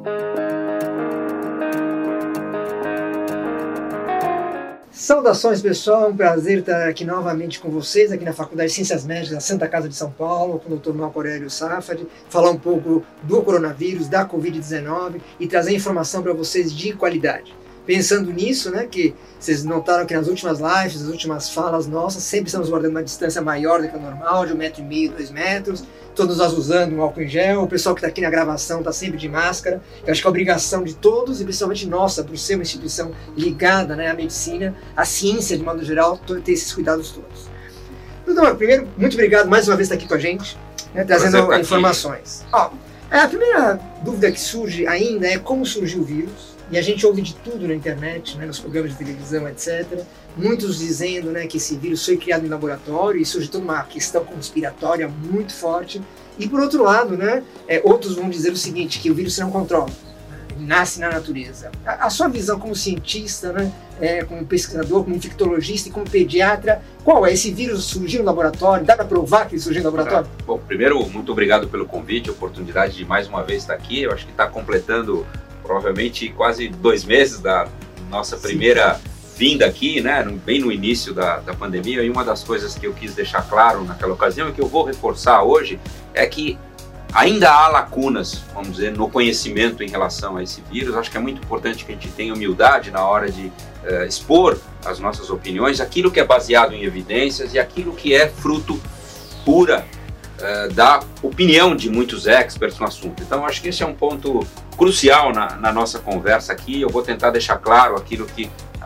Saudações, pessoal, é um prazer estar aqui novamente com vocês, aqui na Faculdade de Ciências Médicas da Santa Casa de São Paulo, com o Dr. Marco Aurélio Safadi, falar um pouco do coronavírus, da Covid-19 e trazer informação para vocês de qualidade. Pensando nisso, né, que vocês notaram que nas últimas lives, nas últimas falas nossas, sempre estamos guardando uma distância maior do que o normal, de 1,5 m, 2 metros, todos nós usando um álcool em gel, o pessoal que está aqui na gravação está sempre de máscara. Eu acho que é obrigação de todos, e principalmente nossa, por ser uma instituição ligada, né, à medicina, à ciência de modo geral, ter esses cuidados todos. Então, primeiro, muito obrigado mais uma vez por estar aqui com a gente, né, trazendo informações. Ó, a primeira dúvida que surge ainda é como surgiu o vírus. E a gente ouve de tudo na internet, né, nos programas de televisão, etc. Muitos dizendo, né, que esse vírus foi criado em laboratório e surge toda uma questão conspiratória muito forte. E por outro lado, né, outros vão dizer o seguinte, que o vírus não controla, ele nasce na natureza. A sua visão como cientista, né, como pesquisador, como infectologista e como pediatra, qual é? Esse vírus surgiu no laboratório? Dá para provar que ele surgiu no laboratório? Bom, primeiro, muito obrigado pelo convite, a oportunidade de mais uma vez estar aqui. Eu acho que está completando provavelmente quase 2 meses da nossa primeira vinda aqui, né, bem no início da pandemia, e uma das coisas que eu quis deixar claro naquela ocasião e que eu vou reforçar hoje é que ainda há lacunas, vamos dizer, no conhecimento em relação a esse vírus. Acho que é muito importante que a gente tenha humildade na hora de expor as nossas opiniões, aquilo que é baseado em evidências e aquilo que é fruto pura da opinião de muitos experts no assunto. Então acho que esse é um ponto crucial na nossa conversa aqui. Eu vou tentar deixar claro aquilo que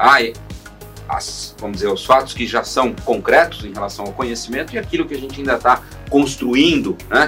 vamos dizer, os fatos que já são concretos em relação ao conhecimento e aquilo que a gente ainda está construindo, né,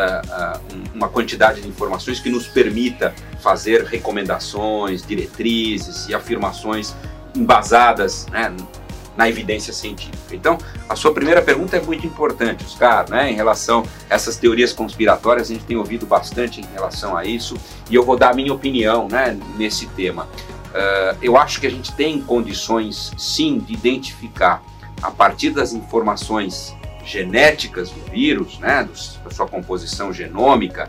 uma quantidade de informações que nos permita fazer recomendações, diretrizes e afirmações embasadas, né, na evidência científica. Então, a sua primeira pergunta é muito importante, Oscar, né? Em relação a essas teorias conspiratórias, a gente tem ouvido bastante em relação a isso, e eu vou dar a minha opinião, né, nesse tema. Eu acho que a gente tem condições, sim, de identificar, a partir das informações genéticas do vírus, né, da sua composição genômica,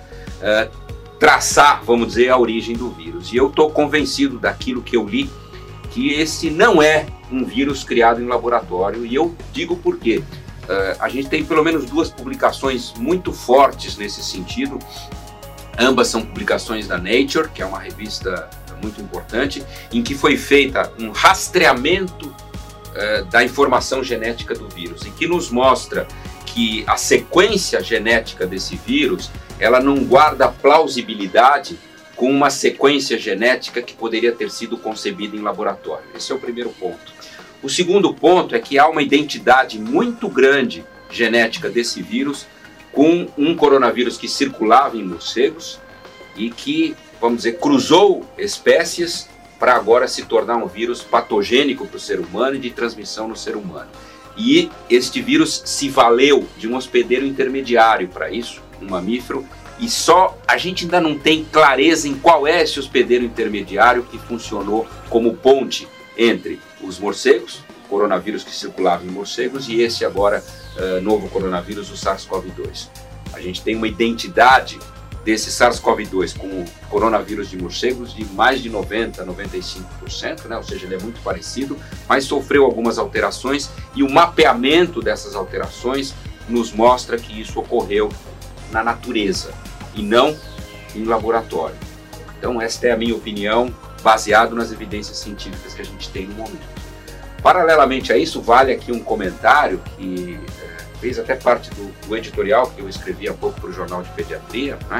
traçar, vamos dizer, a origem do vírus. E eu estou convencido daquilo que eu li, que esse não é um vírus criado em laboratório, e eu digo por quê. A gente tem pelo menos 2 publicações muito fortes nesse sentido. Ambas são publicações da Nature, que é uma revista muito importante, em que foi feita um rastreamento da informação genética do vírus, e que nos mostra que a sequência genética desse vírus, ela não guarda plausibilidade com uma sequência genética que poderia ter sido concebida em laboratório. Esse é o primeiro ponto. O segundo ponto é que há uma identidade muito grande genética desse vírus com um coronavírus que circulava em morcegos e que, vamos dizer, cruzou espécies para agora se tornar um vírus patogênico para o ser humano e de transmissão no ser humano. E este vírus se valeu de um hospedeiro intermediário para isso, um mamífero, e só a gente ainda não tem clareza em qual é esse hospedeiro intermediário que funcionou como ponte entre os morcegos, o coronavírus que circulava em morcegos, e esse agora novo coronavírus, o SARS-CoV-2. A gente tem uma identidade desse SARS-CoV-2 com o coronavírus de morcegos de mais de 90%, 95%, né? Ou seja, ele é muito parecido, mas sofreu algumas alterações, e o mapeamento dessas alterações nos mostra que isso ocorreu na natureza e não em laboratório. Então esta é a minha opinião, baseado nas evidências científicas que a gente tem no momento. Paralelamente a isso, vale aqui um comentário que fez até parte do editorial que eu escrevi há pouco para o Jornal de Pediatria, né,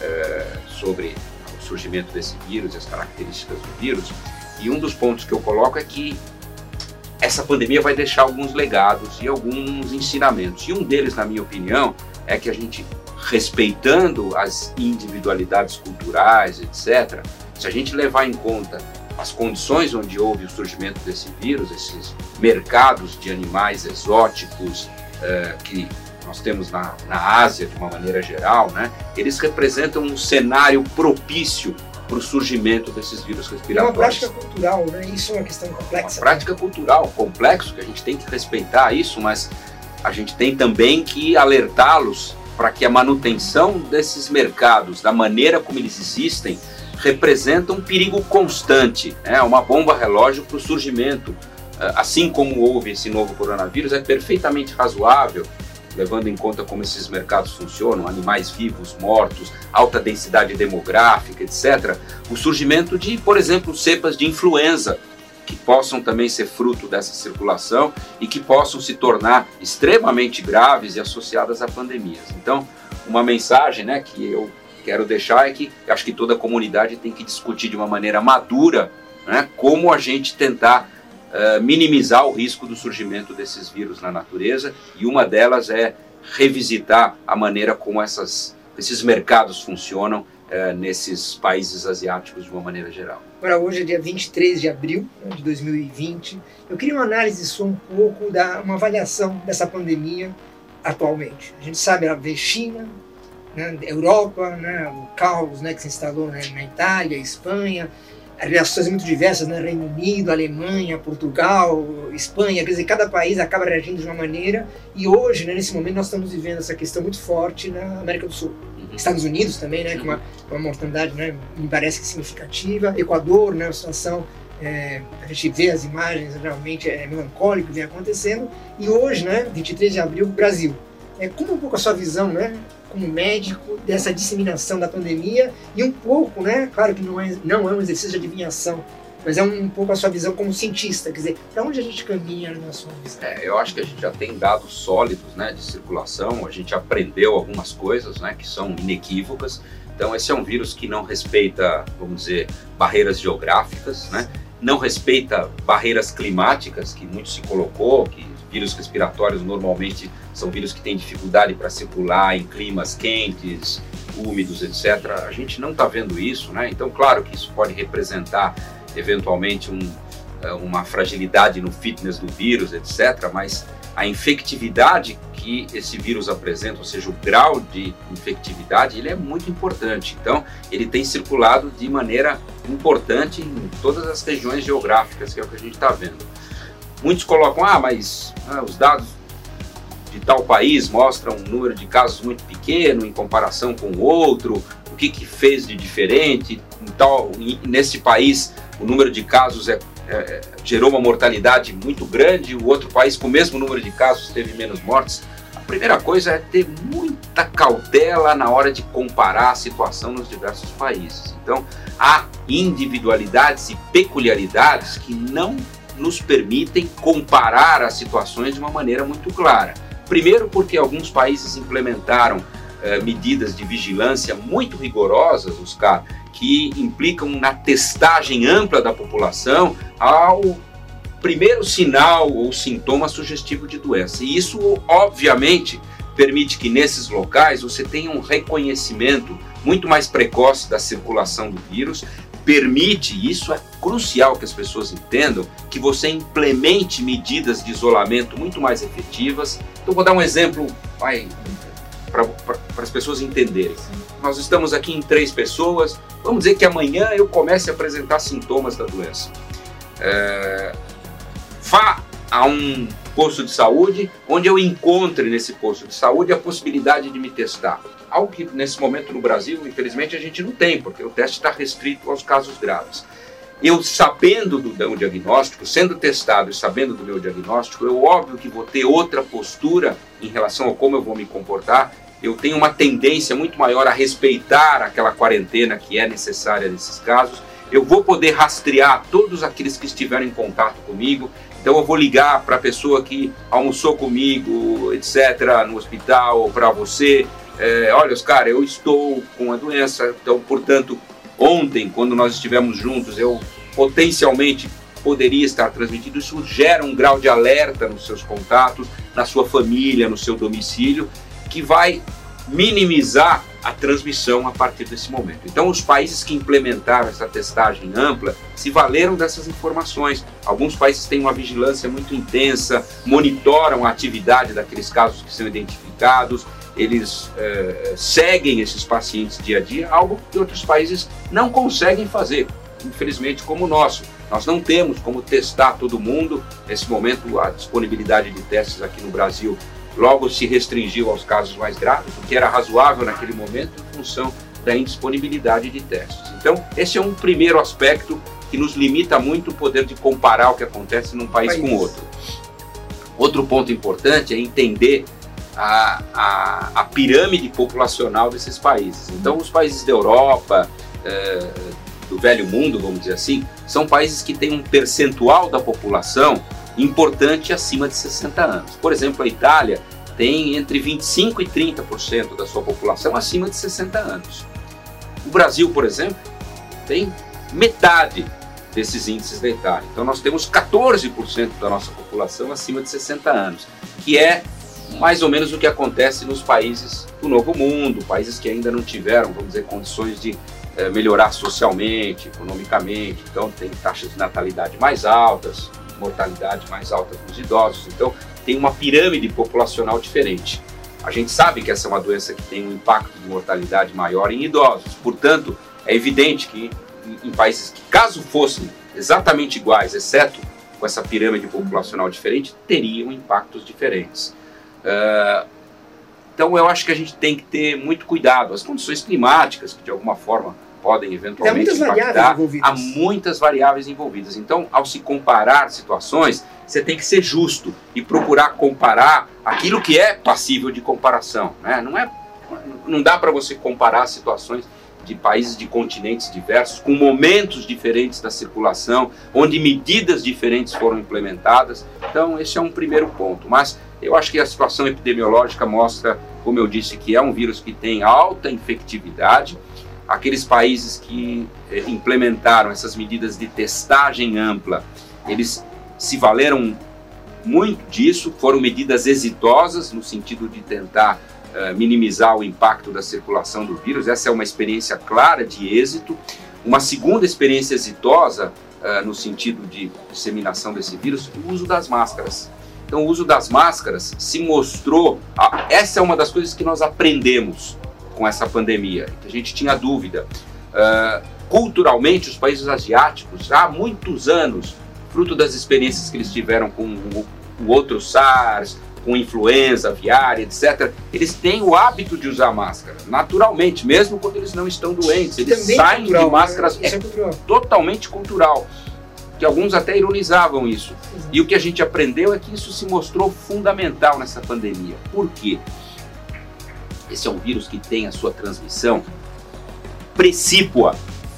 sobre o surgimento desse vírus e as características do vírus. E um dos pontos que eu coloco é que essa pandemia vai deixar alguns legados e alguns ensinamentos. E um deles, na minha opinião, é que a gente, respeitando as individualidades culturais, etc., se a gente levar em conta as condições onde houve o surgimento desse vírus, esses mercados de animais exóticos que nós temos na Ásia de uma maneira geral, né, eles representam um cenário propício para o surgimento desses vírus respiratórios. É uma prática cultural, né? Isso é uma questão complexa. Uma prática cultural, complexo, que a gente tem que respeitar isso, mas a gente tem também que alertá-los para que a manutenção desses mercados, da maneira como eles existem, representa um perigo constante, uma bomba relógio para o surgimento. Assim como houve esse novo coronavírus, é perfeitamente razoável, levando em conta como esses mercados funcionam, animais vivos, mortos, alta densidade demográfica, etc., o surgimento de, por exemplo, cepas de influenza, que possam também ser fruto dessa circulação e que possam se tornar extremamente graves e associadas a pandemias. Então, uma mensagem, que eu quero deixar é que eu acho que toda a comunidade tem que discutir de uma maneira madura, como a gente tentar minimizar o risco do surgimento desses vírus na natureza, e uma delas é revisitar a maneira como esses mercados funcionam nesses países asiáticos de uma maneira geral. Agora, hoje é dia 23 de abril de 2020. Eu queria uma análise sua um pouco, uma avaliação dessa pandemia atualmente. A gente sabe, ela vê China, Europa, o caos que se instalou na Itália, Espanha, reações muito diversas, Reino Unido, Alemanha, Portugal, Espanha, quer dizer, cada país acaba reagindo de uma maneira, e hoje, nesse momento, nós estamos vivendo essa questão muito forte na América do Sul. Estados Unidos também, com uma mortandade, me parece que significativa. Equador, uma situação, a gente vê as imagens, realmente é melancólico o que vem acontecendo. E hoje, 23 de abril, Brasil. Como um pouco a sua visão, como médico, dessa disseminação da pandemia, e um pouco, claro que não é um exercício de adivinhação, mas é um pouco a sua visão como cientista, quer dizer, para onde a gente caminha na sua visão? Eu acho que a gente já tem dados sólidos de circulação, a gente aprendeu algumas coisas que são inequívocas. Então esse é um vírus que não respeita, vamos dizer, barreiras geográficas, não respeita barreiras climáticas, que muito se colocou, que vírus respiratórios normalmente são vírus que têm dificuldade para circular em climas quentes, úmidos, etc. A gente não está vendo isso, Então claro que isso pode representar eventualmente uma fragilidade no fitness do vírus, etc., mas a infectividade que esse vírus apresenta, ou seja, o grau de infectividade, ele é muito importante. Então, ele tem circulado de maneira importante em todas as regiões geográficas, que é o que a gente está vendo. Muitos colocam, mas os dados de tal país mostram um número de casos muito pequeno em comparação com o outro, o que fez de diferente, nesse país o número de casos gerou uma mortalidade muito grande, o outro país com o mesmo número de casos teve menos mortes. A primeira coisa é ter muita cautela na hora de comparar a situação nos diversos países. Então, há individualidades e peculiaridades que não nos permitem comparar as situações de uma maneira muito clara. Primeiro porque alguns países implementaram medidas de vigilância muito rigorosas, Oscar, que implicam na testagem ampla da população ao primeiro sinal ou sintoma sugestivo de doença. E isso, obviamente, permite que nesses locais você tenha um reconhecimento muito mais precoce da circulação do vírus, permite, isso é crucial que as pessoas entendam, que você implemente medidas de isolamento muito mais efetivas. Então vou dar um exemplo para as pessoas entenderem. Nós estamos aqui em 3 pessoas, vamos dizer que amanhã eu comece a apresentar sintomas da doença. Vá a um posto de saúde, onde eu encontre nesse posto de saúde a possibilidade de me testar. Algo que nesse momento no Brasil, infelizmente, a gente não tem, porque o teste está restrito aos casos graves. Eu sabendo do meu diagnóstico, sendo testado e sabendo do meu diagnóstico, eu óbvio que vou ter outra postura em relação a como eu vou me comportar. Eu tenho uma tendência muito maior a respeitar aquela quarentena que é necessária nesses casos. Eu vou poder rastrear todos aqueles que estiveram em contato comigo. Então eu vou ligar para a pessoa que almoçou comigo, etc., no hospital, ou para você. Olha, Oscar, eu estou com a doença, então, portanto, ontem, quando nós estivemos juntos, eu potencialmente poderia estar transmitindo. Isso gera um grau de alerta nos seus contatos, na sua família, no seu domicílio, que vai minimizar a transmissão a partir desse momento. Então, os países que implementaram essa testagem ampla se valeram dessas informações. Alguns países têm uma vigilância muito intensa, monitoram a atividade daqueles casos que são identificados, eles seguem esses pacientes dia a dia, algo que outros países não conseguem fazer, infelizmente, como o nosso. Nós não temos como testar todo mundo. Nesse momento, a disponibilidade de testes aqui no Brasil logo se restringiu aos casos mais graves, o que era razoável naquele momento em função da indisponibilidade de testes. Então, esse é um primeiro aspecto que nos limita muito o poder de comparar o que acontece num país com outro. Outro ponto importante é entender a pirâmide populacional desses países. Então, os países da Europa, do velho mundo, vamos dizer assim, são países que têm um percentual da população importante acima de 60 anos. Por exemplo, a Itália tem entre 25% e 30% da sua população acima de 60 anos. O Brasil, por exemplo, tem metade desses índices da Itália. Então nós temos 14% da nossa população acima de 60 anos, que é mais ou menos o que acontece nos países do Novo Mundo, países que ainda não tiveram, vamos dizer, condições de melhorar socialmente, economicamente. Então tem taxas de natalidade mais altas, mortalidade mais alta dos idosos. Então tem uma pirâmide populacional diferente. A gente sabe que essa é uma doença que tem um impacto de mortalidade maior em idosos. Portanto, é evidente que em países que, caso fossem exatamente iguais, exceto com essa pirâmide populacional diferente, teriam impactos diferentes. Então eu acho que a gente tem que ter muito cuidado. As condições climáticas, que de alguma forma podem eventualmente impactar, há muitas variáveis envolvidas. Então, ao se comparar situações, você tem que ser justo e procurar comparar aquilo que é passível de comparação, né? Não dá para você comparar situações de países de continentes diversos, com momentos diferentes da circulação, onde medidas diferentes foram implementadas. Então, esse é um primeiro ponto. Mas eu acho que a situação epidemiológica mostra, como eu disse, que é um vírus que tem alta infectividade. Aqueles países que implementaram essas medidas de testagem ampla, eles se valeram muito disso, foram medidas exitosas no sentido de tentar minimizar o impacto da circulação do vírus. Essa é uma experiência clara de êxito. Uma segunda experiência exitosa no sentido de disseminação desse vírus, o uso das máscaras. Então o uso das máscaras se mostrou, essa é uma das coisas que nós aprendemos com essa pandemia, que a gente tinha dúvida. Culturalmente, os países asiáticos, há muitos anos, fruto das experiências que eles tiveram com o outro SARS, com influenza aviária, etc., eles têm o hábito de usar máscara, naturalmente, mesmo quando eles não estão doentes. Eles saem cultural, de máscaras, é totalmente cultural, que alguns até ironizavam isso. E o que a gente aprendeu é que isso se mostrou fundamental nessa pandemia. Por quê? Esse é um vírus que tem a sua transmissão precípua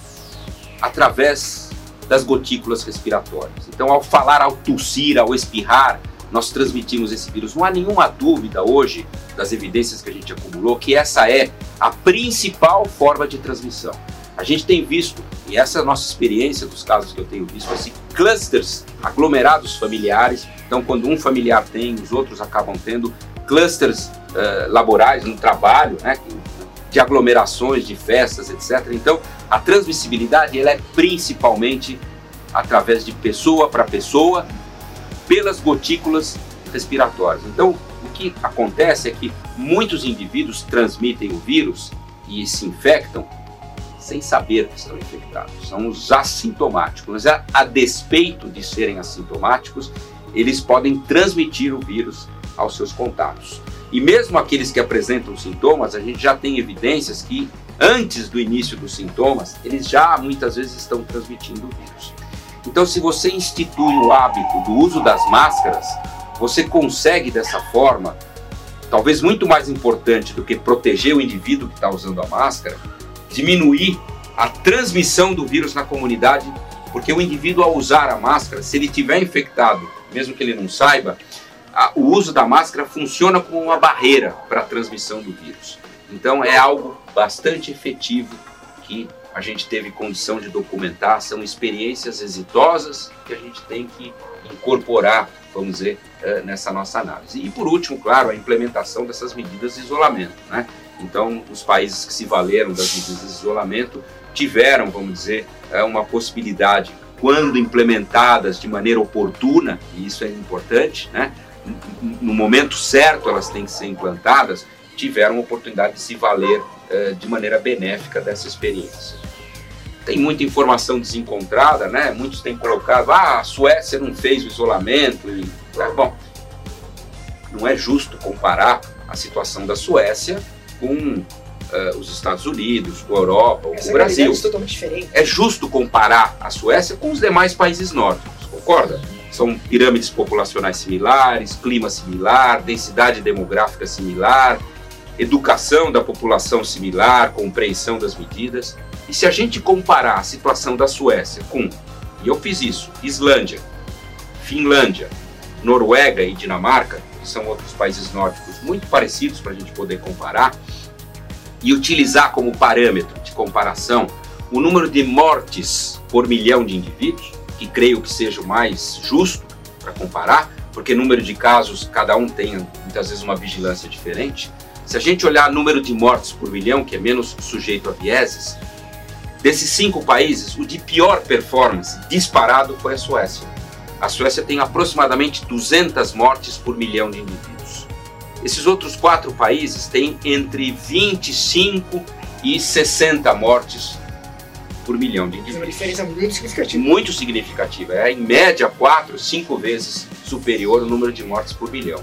através das gotículas respiratórias. Então, ao falar, ao tossir, ao espirrar, nós transmitimos esse vírus. Não há nenhuma dúvida hoje, das evidências que a gente acumulou, que essa é a principal forma de transmissão. A gente tem visto, e essa é a nossa experiência dos casos que eu tenho visto, assim, clusters, aglomerados familiares. Então, quando um familiar tem, os outros acabam tendo clusters laborais no trabalho, né, de aglomerações, de festas, etc. Então, a transmissibilidade ela é principalmente através de pessoa para pessoa, pelas gotículas respiratórias. Então, o que acontece é que muitos indivíduos transmitem o vírus e se infectam sem saber que estão infectados. São os assintomáticos. Mas a despeito de serem assintomáticos, eles podem transmitir o vírus aos seus contatos. E mesmo aqueles que apresentam sintomas, a gente já tem evidências que antes do início dos sintomas, eles já muitas vezes estão transmitindo o vírus. Então, se você institui o hábito do uso das máscaras, você consegue dessa forma, talvez muito mais importante do que proteger o indivíduo que está usando a máscara, diminuir a transmissão do vírus na comunidade, porque o indivíduo ao usar a máscara, se ele estiver infectado, mesmo que ele não saiba, o uso da máscara funciona como uma barreira para a transmissão do vírus. Então é algo bastante efetivo que a gente teve condição de documentar, são experiências exitosas que a gente tem que incorporar, vamos dizer, nessa nossa análise. E por último, claro, a implementação dessas medidas de isolamento, né? Então os países que se valeram das medidas de isolamento tiveram, vamos dizer, uma possibilidade, quando implementadas de maneira oportuna, e isso é importante, né? No momento certo elas têm que ser implantadas, tiveram a oportunidade de se valer de maneira benéfica dessa experiência. Tem muita informação desencontrada, né? Muitos têm colocado, a Suécia não fez o isolamento. Bom, não é justo comparar a situação da Suécia com os Estados Unidos, com a Europa, ou com o Brasil. É totalmente diferente. É justo comparar a Suécia com os demais países nórdicos, concorda? São pirâmides populacionais similares, clima similar, densidade demográfica similar, educação da população similar, compreensão das medidas. E se a gente comparar a situação da Suécia com, e eu fiz isso, Islândia, Finlândia, Noruega e Dinamarca, que são outros países nórdicos muito parecidos para a gente poder comparar, e utilizar como parâmetro de comparação o número de mortes por milhão de indivíduos, que creio que seja o mais justo para comparar, porque número de casos, cada um tem muitas vezes uma vigilância diferente. Se a gente olhar o número de mortes por milhão, que é menos sujeito a vieses, desses 5 países, o de pior performance disparado foi a Suécia. A Suécia tem aproximadamente 200 mortes por milhão de indivíduos. Esses outros 4 países têm entre 25 e 60 mortes por milhão de indivíduos. É uma diferença muito significativa. Muito significativa. É, em média, 4, 5 vezes superior o número de mortes por milhão.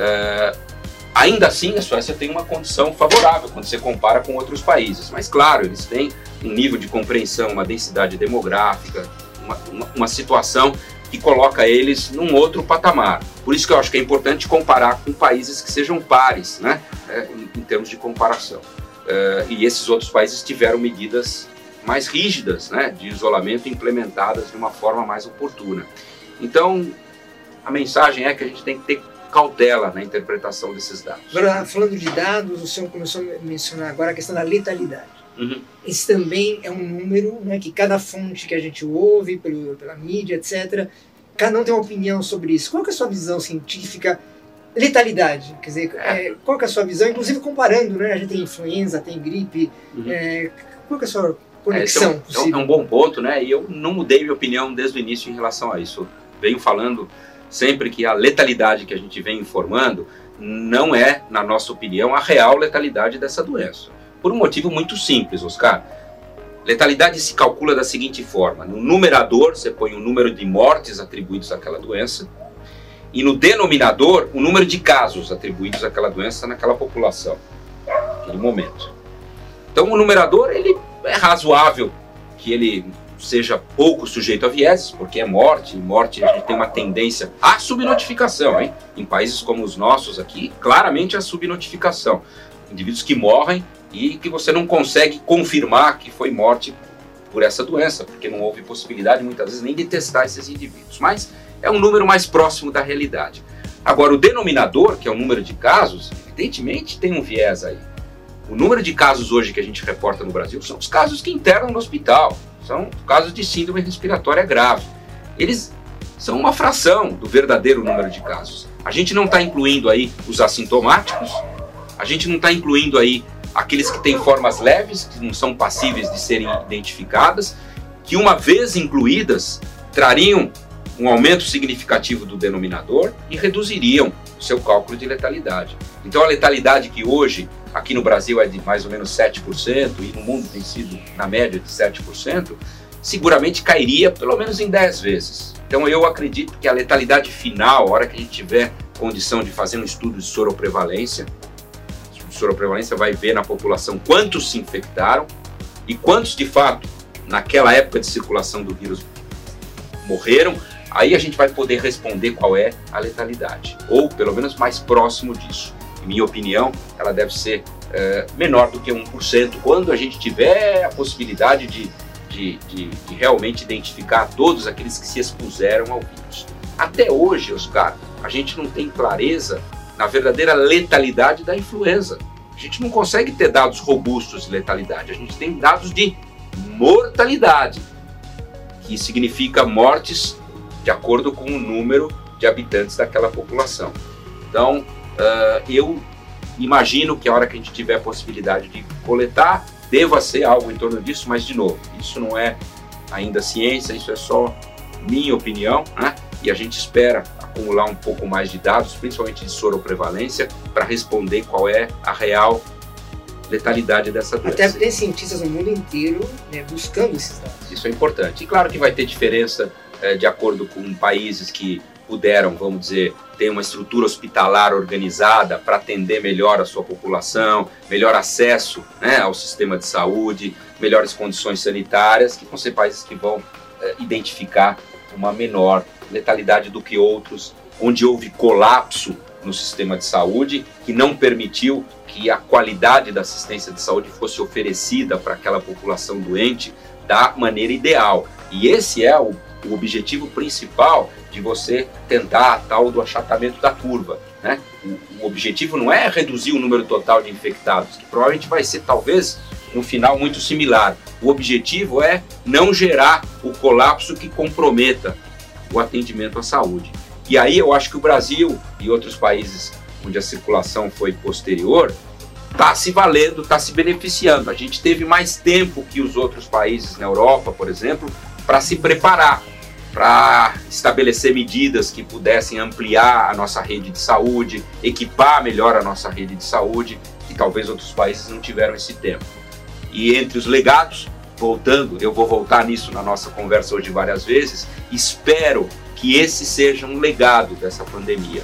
Ainda assim, a Suécia tem uma condição favorável quando você compara com outros países. Mas, claro, eles têm um nível de compreensão, uma densidade demográfica, uma situação que coloca eles num outro patamar. Por isso que eu acho que é importante comparar com países que sejam pares, né, em termos de comparação. E esses outros países tiveram medidas mais rígidas, né, de isolamento implementadas de uma forma mais oportuna. Então, a mensagem é que a gente tem que ter cautela na interpretação desses dados. Agora, falando de dados, o senhor começou a mencionar agora a questão da letalidade. Uhum. Esse também é um número, né, que cada fonte que a gente ouve pela mídia, etc., cada um tem uma opinião sobre isso. Qual que é a sua visão científica? Letalidade, quer dizer, qual que é a sua visão? Inclusive comparando, né, a gente tem influenza, tem gripe, qual que é a sua conexão possível? É um bom ponto, né? E eu não mudei minha opinião desde o início em relação a isso. Eu venho falando sempre que a letalidade que a gente vem informando não é, na nossa opinião, a real letalidade dessa doença. Por um motivo muito simples, Oscar. Letalidade se calcula da seguinte forma: no numerador você põe o número de mortes atribuídos àquela doença e no denominador o número de casos atribuídos àquela doença naquela população, naquele momento. Então o numerador, ele é razoável que ele seja pouco sujeito a vieses, porque é morte, e morte a gente tem uma tendência à subnotificação, hein? Em países como os nossos aqui, claramente a subnotificação. Indivíduos que morrem e que você não consegue confirmar que foi morte por essa doença, porque não houve possibilidade muitas vezes nem de testar esses indivíduos. Mas é um número mais próximo da realidade. Agora, o denominador, que é o número de casos, evidentemente tem um viés aí. O número de casos hoje que a gente reporta no Brasil são os casos que internam no hospital, são casos de síndrome respiratória grave. Eles são uma fração do verdadeiro número de casos. A gente não está incluindo aí os assintomáticos, a gente não está incluindo aí aqueles que têm formas leves, que não são passíveis de serem identificadas, que uma vez incluídas, trariam um aumento significativo do denominador e reduziriam o seu cálculo de letalidade. Então a letalidade que hoje, aqui no Brasil, é de mais ou menos 7%, e no mundo tem sido na média de 7%, seguramente cairia pelo menos em 10 vezes. Então eu acredito que a letalidade final, a hora que a gente tiver condição de fazer um estudo de soroprevalência, soroprevalência vai ver na população quantos se infectaram e quantos de fato naquela época de circulação do vírus morreram. Aí a gente vai poder responder qual é a letalidade, ou pelo menos mais próximo disso. Em minha opinião, ela deve ser menor do que 1%, quando a gente tiver a possibilidade de realmente identificar todos aqueles que se expuseram ao vírus. Até hoje, Oscar, a gente não tem clareza na verdadeira letalidade da influenza. A gente não consegue ter dados robustos de letalidade, a gente tem dados de mortalidade, que significa mortes de acordo com o número de habitantes daquela população. Então, eu imagino que a hora que a gente tiver a possibilidade de coletar, deva ser algo em torno disso, mas de novo, isso não é ainda ciência, isso é só minha opinião, né? E a gente espera acumular um pouco mais de dados, principalmente de soroprevalência, para responder qual é a real letalidade dessa doença. Até tem cientistas no mundo inteiro, né, buscando esses dados. Isso é importante. E claro que vai ter diferença de acordo com países que puderam, vamos dizer, ter uma estrutura hospitalar organizada para atender melhor a sua população, melhor acesso, né, ao sistema de saúde, melhores condições sanitárias, que vão ser países que vão identificar uma menor letalidade do que outros, onde houve colapso no sistema de saúde, que não permitiu que a qualidade da assistência de saúde fosse oferecida para aquela população doente da maneira ideal. E esse é o objetivo principal de você tentar a tal do achatamento da curva, né? O objetivo não é reduzir o número total de infectados, que provavelmente vai ser talvez no final muito similar. O objetivo é não gerar o colapso que comprometa o atendimento à saúde. E aí eu acho que o Brasil e outros países onde a circulação foi posterior está se valendo, está se beneficiando. A gente teve mais tempo que os outros países na Europa, por exemplo, para se preparar, para estabelecer medidas que pudessem ampliar a nossa rede de saúde, equipar melhor a nossa rede de saúde, que talvez outros países não tiveram esse tempo. E entre os legados, voltando, eu vou voltar nisso na nossa conversa hoje várias vezes, espero que esse seja um legado dessa pandemia.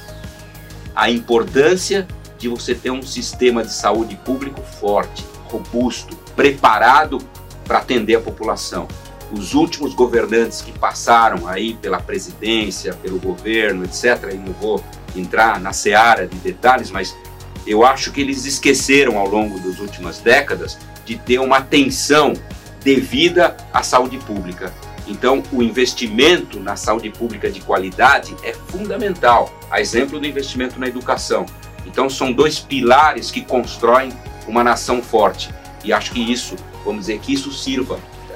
A importância de você ter um sistema de saúde público forte, robusto, preparado para atender a população. Os últimos governantes que passaram aí pela presidência, pelo governo, etc., e não vou entrar na seara de detalhes, mas eu acho que eles esqueceram ao longo das últimas décadas de ter uma atenção devida à saúde pública. Então, o investimento na saúde pública de qualidade é fundamental, a exemplo do investimento na educação. Então, são dois pilares que constroem uma nação forte. E acho que isso, vamos dizer, que isso sirva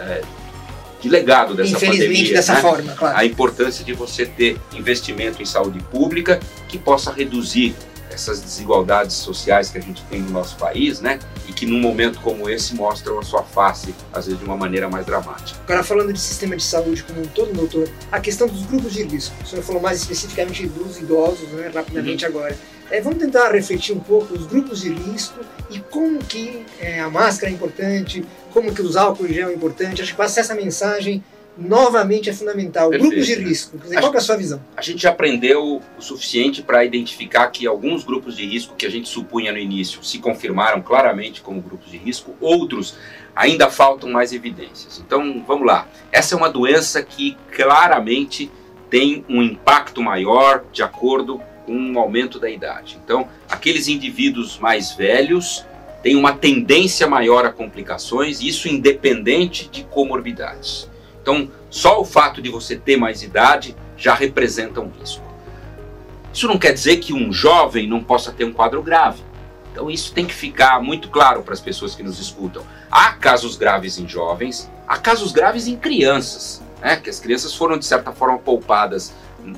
de legado dessa pandemia. Infelizmente, dessa forma, claro. A importância de você ter investimento em saúde pública que possa reduzir essas desigualdades sociais que a gente tem no nosso país, né? E que num momento como esse mostram a sua face, às vezes de uma maneira mais dramática. Agora, falando de sistema de saúde como um todo, doutor, a questão dos grupos de risco. O senhor falou mais especificamente dos idosos, né? Rapidamente agora. Vamos tentar refletir um pouco os grupos de risco e como que a máscara é importante, como que os álcool gel é importante. Acho que passar essa mensagem novamente é fundamental. Perfeito, grupos de risco, quer dizer, qual que é a sua visão? A gente já aprendeu o suficiente para identificar que alguns grupos de risco que a gente supunha no início se confirmaram claramente como grupos de risco, outros ainda faltam mais evidências. Então, vamos lá. Essa é uma doença que claramente tem um impacto maior de acordo com o aumento da idade. Então, aqueles indivíduos mais velhos têm uma tendência maior a complicações, isso independente de comorbidades. Então, só o fato de você ter mais idade já representa um risco. Isso não quer dizer que um jovem não possa ter um quadro grave. Então, isso tem que ficar muito claro para as pessoas que nos escutam. Há casos graves em jovens, há casos graves em crianças, né? Que as crianças foram, de certa forma, poupadas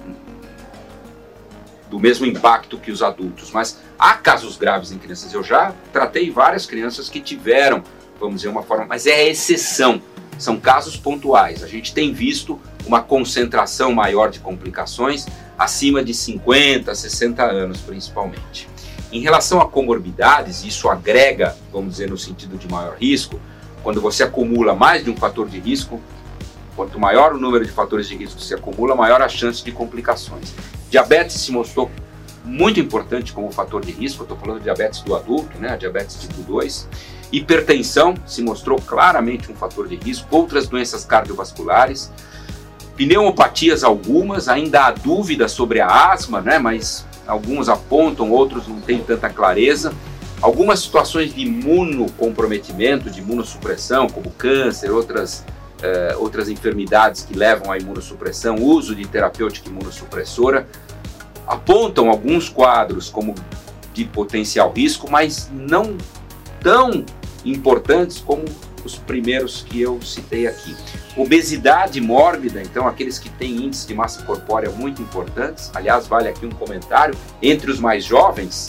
do mesmo impacto que os adultos. Mas há casos graves em crianças. Eu já tratei várias crianças que tiveram, vamos dizer, uma forma... Mas é a exceção. São casos pontuais. A gente tem visto uma concentração maior de complicações acima de 50, 60 anos, principalmente. Em relação a comorbidades, isso agrega, vamos dizer, no sentido de maior risco, quando você acumula mais de um fator de risco, quanto maior o número de fatores de risco se acumula, maior a chance de complicações. Diabetes se mostrou muito importante como fator de risco, eu estou falando de diabetes do adulto, né, a diabetes tipo 2. Hipertensão se mostrou claramente um fator de risco, outras doenças cardiovasculares, pneumopatias algumas, ainda há dúvida sobre a asma, né, mas alguns apontam, outros não têm tanta clareza. Algumas situações de imunocomprometimento, de imunossupressão, como câncer, outras enfermidades que levam à imunossupressão, uso de terapêutica imunossupressora, apontam alguns quadros como de potencial risco, mas não tão importantes como os primeiros que eu citei aqui. Obesidade mórbida, então aqueles que têm índice de massa corpórea muito importantes, aliás, vale aqui um comentário, entre os mais jovens,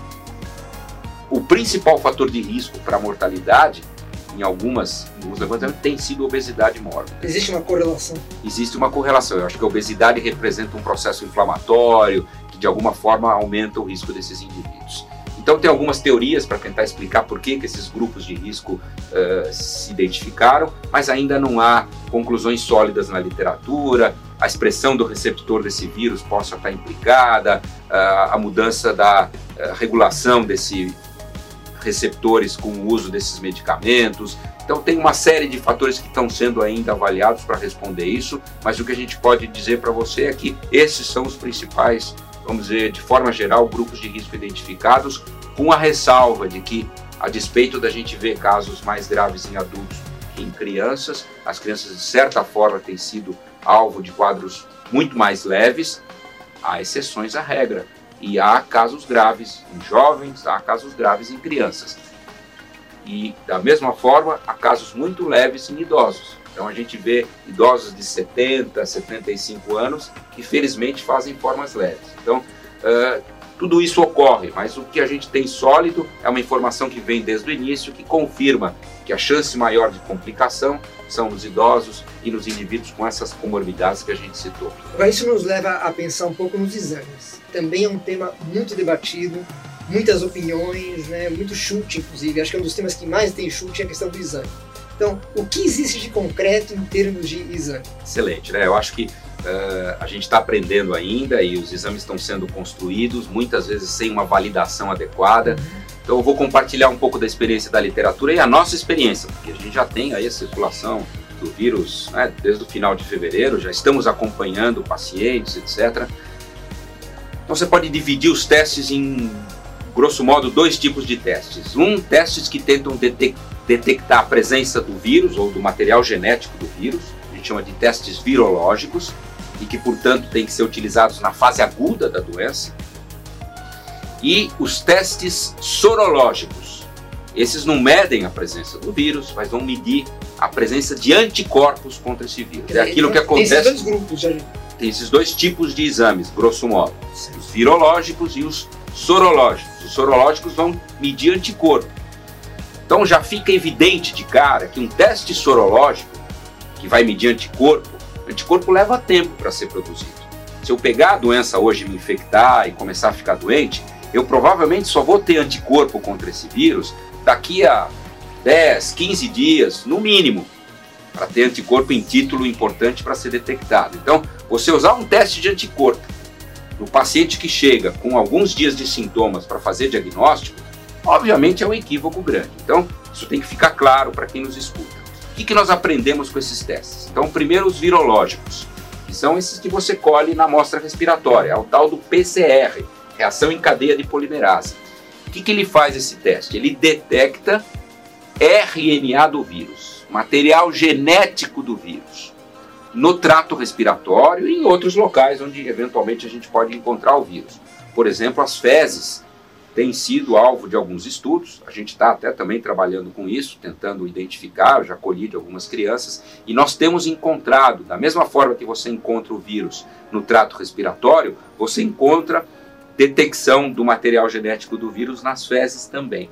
o principal fator de risco para a mortalidade, em alguns levantamentos, tem sido a obesidade mórbida. Existe uma correlação? Existe uma correlação. Eu acho que a obesidade representa um processo inflamatório que de alguma forma aumenta o risco desses indivíduos. Então tem algumas teorias para tentar explicar por que esses grupos de risco se identificaram, mas ainda não há conclusões sólidas na literatura, a expressão do receptor desse vírus possa estar implicada, a mudança da regulação desses receptores com o uso desses medicamentos. Então tem uma série de fatores que estão sendo ainda avaliados para responder isso, mas o que a gente pode dizer para você é que esses são os principais, vamos dizer, de forma geral, grupos de risco identificados, com a ressalva de que, a despeito da gente ver casos mais graves em adultos que em crianças, as crianças de certa forma têm sido alvo de quadros muito mais leves, há exceções à regra. E há casos graves em jovens, há casos graves em crianças. E, da mesma forma, há casos muito leves em idosos. Então, a gente vê idosos de 70, 75 anos que, felizmente, fazem formas leves. Então, tudo isso ocorre, mas o que a gente tem sólido é uma informação que vem desde o início, que confirma que a chance maior de complicação são nos idosos e nos indivíduos com essas comorbidades que a gente citou. Agora, isso nos leva a pensar um pouco nos exames. Também é um tema muito debatido, muitas opiniões, né, muito chute, inclusive. Acho que é um dos temas que mais tem chute é a questão do exame. Então, o que existe de concreto em termos de exame? Excelente, né? Eu acho que a gente está aprendendo ainda e os exames estão sendo construídos, muitas vezes sem uma validação adequada. Então eu vou compartilhar um pouco da experiência da literatura e a nossa experiência, porque a gente já tem aí a circulação do vírus, né, desde o final de fevereiro, já estamos acompanhando pacientes, etc. Então você pode dividir os testes em, grosso modo, 2 tipos de testes. Testes que tentam detectar a presença do vírus ou do material genético do vírus, a gente chama de testes virológicos, e que, portanto, têm que ser utilizados na fase aguda da doença. E os testes sorológicos. Esses não medem a presença do vírus, mas vão medir a presença de anticorpos contra esse vírus. É aquilo que acontece. Tem esses 2 grupos, já. Tem esses 2 tipos de exames, grosso modo. Os virológicos e os sorológicos. Os sorológicos vão medir anticorpo. Então já fica evidente de cara que um teste sorológico, que vai medir anticorpo leva tempo para ser produzido. Se eu pegar a doença hoje e me infectar e começar a ficar doente, eu provavelmente só vou ter anticorpo contra esse vírus daqui a 10, 15 dias, no mínimo, para ter anticorpo em título importante para ser detectado. Então, você usar um teste de anticorpo no paciente que chega com alguns dias de sintomas para fazer diagnóstico, obviamente é um equívoco grande. Então, isso tem que ficar claro para quem nos escuta. O que nós aprendemos com esses testes? Então, primeiro os virológicos, que são esses que você colhe na amostra respiratória, é o tal do PCR, reação em cadeia de polimerase. O que ele faz esse teste? Ele detecta RNA do vírus, material genético do vírus, no trato respiratório e em outros locais onde eventualmente a gente pode encontrar o vírus. Por exemplo, as fezes têm sido alvo de alguns estudos, a gente está até também trabalhando com isso, tentando identificar, eu já colhi de algumas crianças, e nós temos encontrado, da mesma forma que você encontra o vírus no trato respiratório, você encontra detecção do material genético do vírus nas fezes também.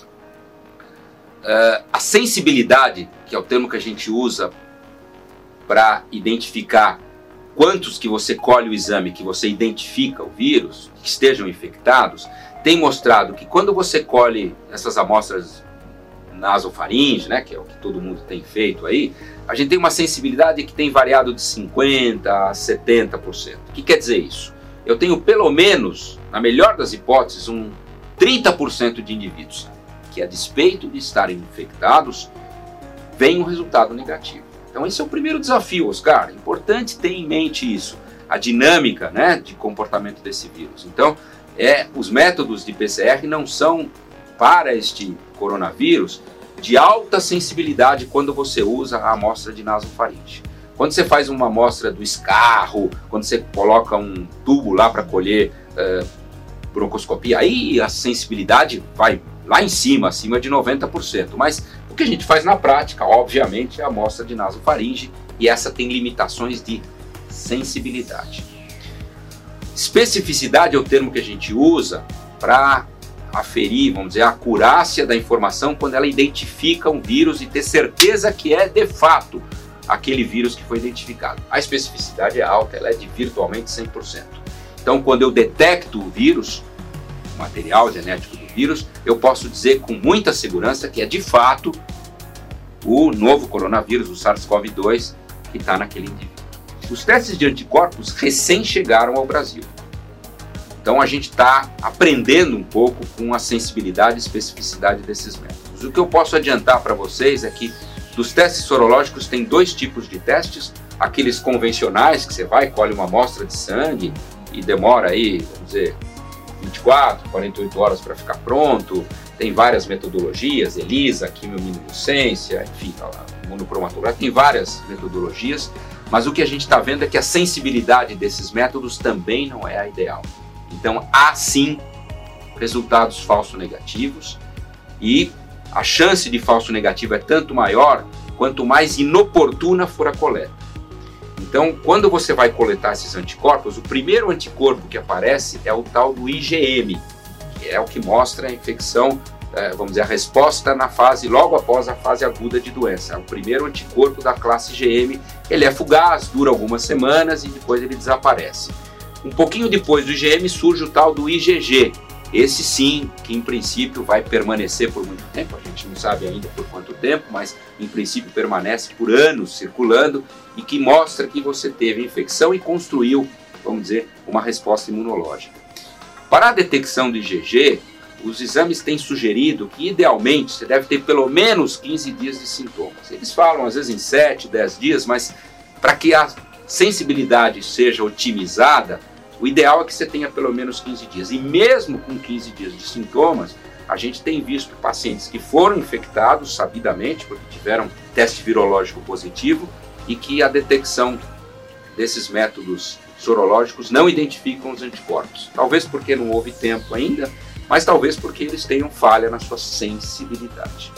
A sensibilidade, que é o termo que a gente usa para identificar quantos que você colhe o exame, que você identifica o vírus, que estejam infectados, tem mostrado que quando você colhe essas amostras nasofaringe, né, que é o que todo mundo tem feito aí, a gente tem uma sensibilidade que tem variado de 50% a 70%. O que quer dizer isso? Eu tenho pelo menos, na melhor das hipóteses, um 30% de indivíduos que, a despeito de estarem infectados, vem um resultado negativo. Então esse é o primeiro desafio, Oscar. É importante ter em mente isso, a dinâmica, né, de comportamento desse vírus. Então, os métodos de PCR não são, para este coronavírus, de alta sensibilidade quando você usa a amostra de nasofaringe. Quando você faz uma amostra do escarro, quando você coloca um tubo lá para colher broncoscopia, aí a sensibilidade vai lá em cima, acima de 90%. Mas o que a gente faz na prática, obviamente, é a amostra de nasofaringe, e essa tem limitações de sensibilidade. Especificidade é o termo que a gente usa para aferir, vamos dizer, a acurácia da informação quando ela identifica um vírus e ter certeza que é, de fato, aquele vírus que foi identificado. A especificidade é alta, ela é de virtualmente 100%. Então, quando eu detecto o vírus, o material genético do vírus, eu posso dizer com muita segurança que é, de fato, o novo coronavírus, o SARS-CoV-2, que está naquele indivíduo. Os testes de anticorpos recém chegaram ao Brasil. Então a gente está aprendendo um pouco com a sensibilidade e especificidade desses métodos. O que eu posso adiantar para vocês é que dos testes sorológicos tem dois tipos de testes, aqueles convencionais que você vai, colhe uma amostra de sangue e demora aí, vamos dizer, 24, 48 horas para ficar pronto. Tem várias metodologias, ELISA, quimiluminescência, enfim, imunopromatografia, tem várias metodologias, mas o que a gente está vendo é que a sensibilidade desses métodos também não é a ideal. Então há sim resultados falso-negativos e a chance de falso negativo é tanto maior quanto mais inoportuna for a coleta. Então, quando você vai coletar esses anticorpos, o primeiro anticorpo que aparece é o tal do IgM, que é o que mostra a infecção, vamos dizer, a resposta na fase, logo após a fase aguda de doença. É o primeiro anticorpo da classe IgM, ele é fugaz, dura algumas semanas e depois ele desaparece. Um pouquinho depois do IgM surge o tal do IgG, esse sim, que em princípio vai permanecer por muito tempo, a gente não sabe ainda por quanto tempo, mas em princípio permanece por anos circulando e que mostra que você teve infecção e construiu, vamos dizer, uma resposta imunológica. Para a detecção do IgG, os exames têm sugerido que idealmente você deve ter pelo menos 15 dias de sintomas. Eles falam às vezes em 7, 10 dias, mas para que a sensibilidade seja otimizada, o ideal é que você tenha pelo menos 15 dias. E mesmo com 15 dias de sintomas, a gente tem visto pacientes que foram infectados sabidamente, porque tiveram teste virológico positivo, e que a detecção desses métodos sorológicos não identificam os anticorpos. Talvez porque não houve tempo ainda, mas talvez porque eles tenham falha na sua sensibilidade.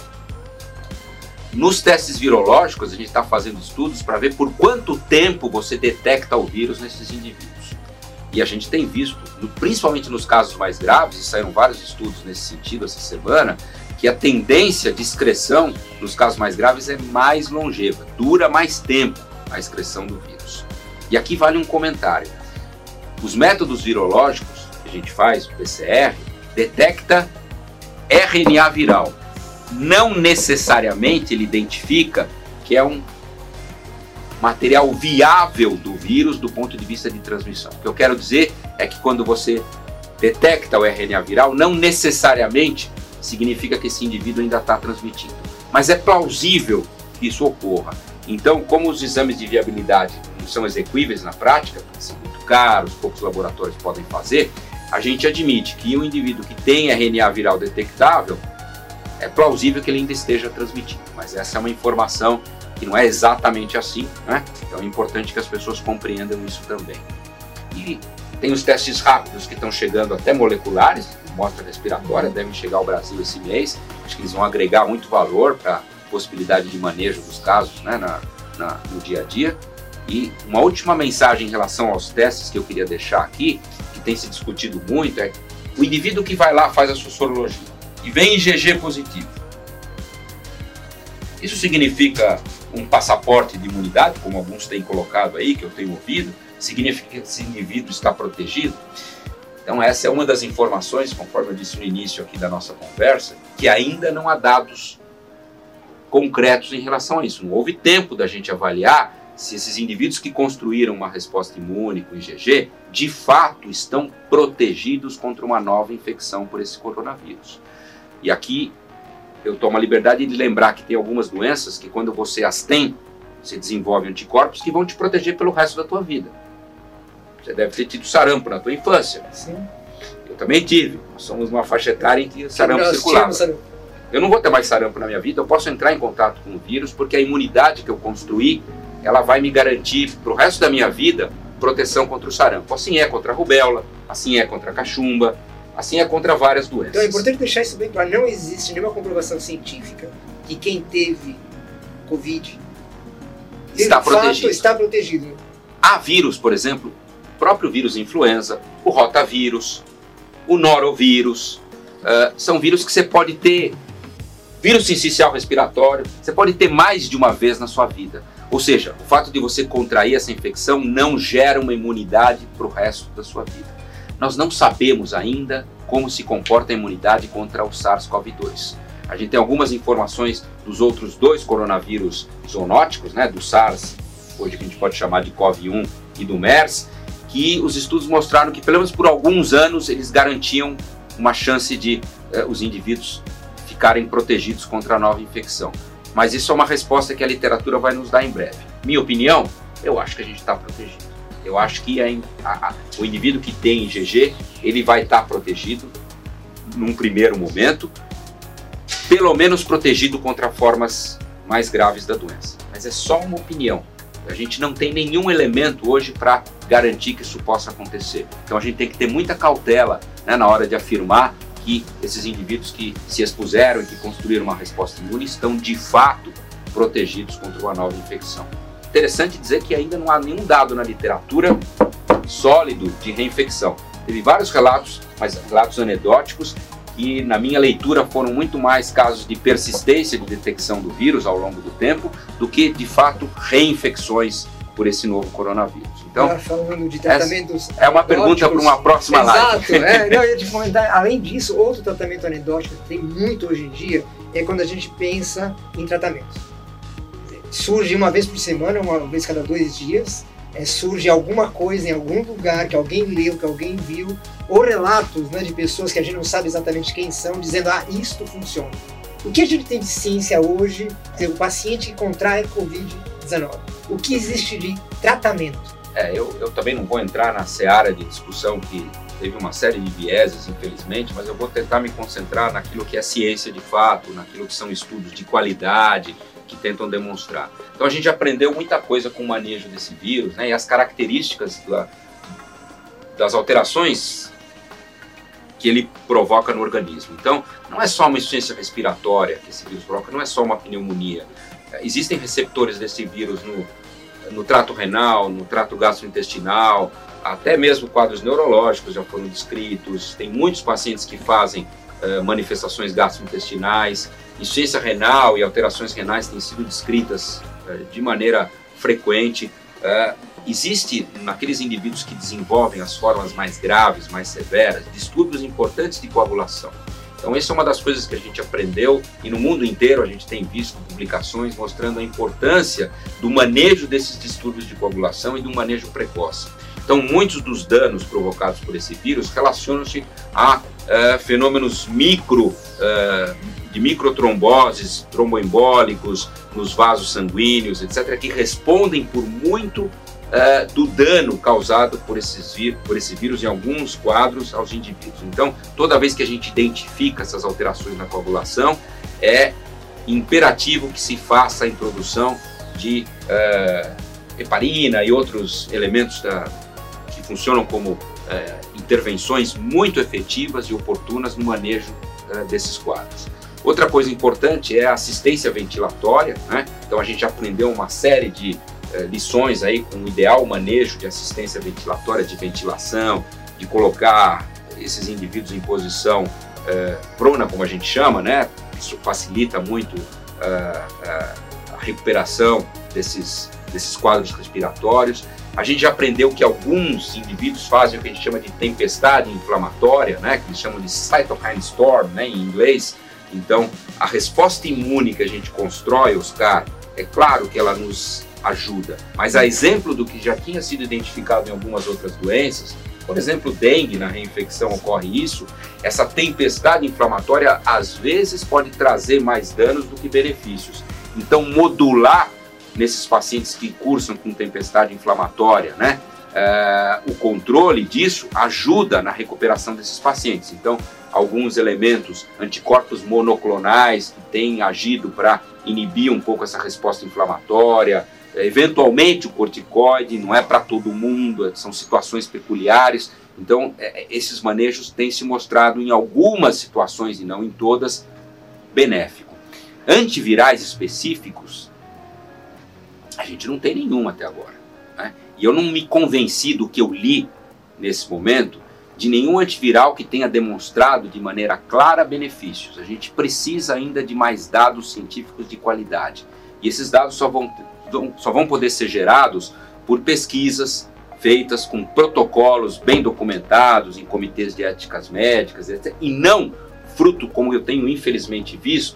Nos testes virológicos, a gente está fazendo estudos para ver por quanto tempo você detecta o vírus nesses indivíduos. E a gente tem visto, principalmente nos casos mais graves, e saíram vários estudos nesse sentido essa semana, que a tendência de excreção nos casos mais graves é mais longeva, dura mais tempo a excreção do vírus. E aqui vale um comentário. Os métodos virológicos que a gente faz, o PCR, detecta RNA viral. Não necessariamente ele identifica que é um material viável do vírus do ponto de vista de transmissão. O que eu quero dizer é que quando você detecta o RNA viral, não necessariamente significa que esse indivíduo ainda está transmitindo. Mas é plausível que isso ocorra. Então, como os exames de viabilidade não são execuíveis na prática, porque são muito caros, poucos laboratórios podem fazer, a gente admite que um indivíduo que tem RNA viral detectável, é plausível que ele ainda esteja transmitindo. Mas essa é uma informação que não é exatamente assim, né? Então é importante que as pessoas compreendam isso também. E tem os testes rápidos que estão chegando até moleculares, amostra respiratória, devem chegar ao Brasil esse mês. Acho que eles vão agregar muito valor para a possibilidade de manejo dos casos, né, no dia a dia. E uma última mensagem em relação aos testes que eu queria deixar aqui, que tem se discutido muito, é o indivíduo que vai lá, faz a sua sorologia e vem IgG positivo. Isso significa um passaporte de imunidade, como alguns têm colocado aí, que eu tenho ouvido? Significa que esse indivíduo está protegido? Então essa é uma das informações, conforme eu disse no início aqui da nossa conversa, que ainda não há dados concretos em relação a isso. Não houve tempo da gente avaliar se esses indivíduos que construíram uma resposta imune com IgG, de fato estão protegidos contra uma nova infecção por esse coronavírus. E aqui eu tomo a liberdade de lembrar que tem algumas doenças que quando você as tem, você desenvolve anticorpos que vão te proteger pelo resto da tua vida. Você deve ter tido sarampo na tua infância. Sim. Eu também tive. Nós somos uma faixa etária em que o sarampo circulava. Eu não vou ter mais sarampo na minha vida, eu posso entrar em contato com o vírus, porque a imunidade que eu construí, ela vai me garantir para o resto da minha vida proteção contra o sarampo. Assim é contra a rubéola, assim é contra a cachumba, assim é contra várias doenças. Então é importante deixar isso bem claro. Não existe nenhuma comprovação científica que quem teve Covid está protegido. Está protegido. Há vírus, por exemplo, o próprio vírus influenza, o rotavírus, o norovírus, são vírus que você pode ter, vírus sincicial respiratório, você pode ter mais de uma vez na sua vida. Ou seja, o fato de você contrair essa infecção não gera uma imunidade para o resto da sua vida. Nós não sabemos ainda como se comporta a imunidade contra o SARS-CoV-2. A gente tem algumas informações dos outros dois coronavírus zoonóticos, né, do SARS hoje que a gente pode chamar de COV-1 e do MERS, que os estudos mostraram que pelo menos por alguns anos eles garantiam uma chance de os indivíduos ficarem protegidos contra a nova infecção. Mas isso é uma resposta que a literatura vai nos dar em breve. Minha opinião, eu acho que a gente está protegido. Eu acho que o indivíduo que tem IgG, ele vai estar protegido num primeiro momento, pelo menos protegido contra formas mais graves da doença. Mas é só uma opinião. A gente não tem nenhum elemento hoje para garantir que isso possa acontecer. Então a gente tem que ter muita cautela, né, na hora de afirmar que esses indivíduos que se expuseram e que construíram uma resposta imune estão de fato protegidos contra uma nova infecção. Interessante dizer que ainda não há nenhum dado na literatura sólido de reinfecção. Teve vários relatos, mas relatos anedóticos, que na minha leitura foram muito mais casos de persistência de detecção do vírus ao longo do tempo do que de fato reinfecções por esse novo coronavírus. Então, falando de tratamentos é uma pergunta para uma próxima live. Exato, não, eu ia te comentar, além disso, outro tratamento anedótico que tem muito hoje em dia é quando a gente pensa em tratamentos. Surge uma vez por semana, uma vez cada 2 dias, surge alguma coisa em algum lugar que alguém leu, que alguém viu, ou relatos, né, de pessoas que a gente não sabe exatamente quem são, dizendo, isto funciona. O que a gente tem de ciência hoje, o paciente que contrai Covid-19, o que existe de tratamento? Eu também não vou entrar na seara de discussão que teve uma série de vieses, infelizmente, mas eu vou tentar me concentrar naquilo que é ciência de fato, naquilo que são estudos de qualidade, que tentam demonstrar. Então a gente aprendeu muita coisa com o manejo desse vírus, né, e as características das alterações que ele provoca no organismo. Então não é só uma insuficiência respiratória que esse vírus provoca, não é só uma pneumonia. Existem receptores desse vírus no trato renal, no trato gastrointestinal, até mesmo quadros neurológicos já foram descritos. Tem muitos pacientes que fazem manifestações gastrointestinais. Insuficiência renal e alterações renais têm sido descritas de maneira frequente. Existe, naqueles indivíduos que desenvolvem as formas mais graves, mais severas, distúrbios importantes de coagulação. Então, essa é uma das coisas que a gente aprendeu e no mundo inteiro a gente tem visto publicações mostrando a importância do manejo desses distúrbios de coagulação e do manejo precoce. Então, muitos dos danos provocados por esse vírus relacionam-se a fenômenos de microtromboses, tromboembólicos nos vasos sanguíneos, etc., que respondem por muito do dano causado por esse vírus em alguns quadros aos indivíduos. Então, toda vez que a gente identifica essas alterações na coagulação, é imperativo que se faça a introdução de heparina e outros elementos que funcionam como intervenções muito efetivas e oportunas no manejo desses quadros. Outra coisa importante é a assistência ventilatória, né? Então a gente aprendeu uma série de lições aí com o ideal manejo de assistência ventilatória, de ventilação, de colocar esses indivíduos em posição prona, como a gente chama, né? Isso facilita muito a recuperação desses quadros respiratórios. A gente já aprendeu que alguns indivíduos fazem o que a gente chama de tempestade inflamatória, né? Que eles chamam de cytokine storm, né, em inglês. Então, a resposta imune que a gente constrói, Oscar, é claro que ela nos ajuda, mas a exemplo do que já tinha sido identificado em algumas outras doenças, por exemplo, dengue, na reinfecção ocorre isso, essa tempestade inflamatória às vezes pode trazer mais danos do que benefícios. Então, modular nesses pacientes que cursam com tempestade inflamatória, né, o controle disso ajuda na recuperação desses pacientes. Então, alguns elementos, anticorpos monoclonais que têm agido para inibir um pouco essa resposta inflamatória, eventualmente o corticoide, não é para todo mundo, são situações peculiares. Então, esses manejos têm se mostrado em algumas situações e não em todas benéfico. Antivirais específicos, a gente não tem nenhum até agora, né? E eu não me convenci do que eu li nesse momento de nenhum antiviral que tenha demonstrado de maneira clara benefícios. A gente precisa ainda de mais dados científicos de qualidade. E esses dados só vão poder ser gerados por pesquisas feitas com protocolos bem documentados em comitês de éticas médicas, etc. E não fruto, como eu tenho infelizmente visto,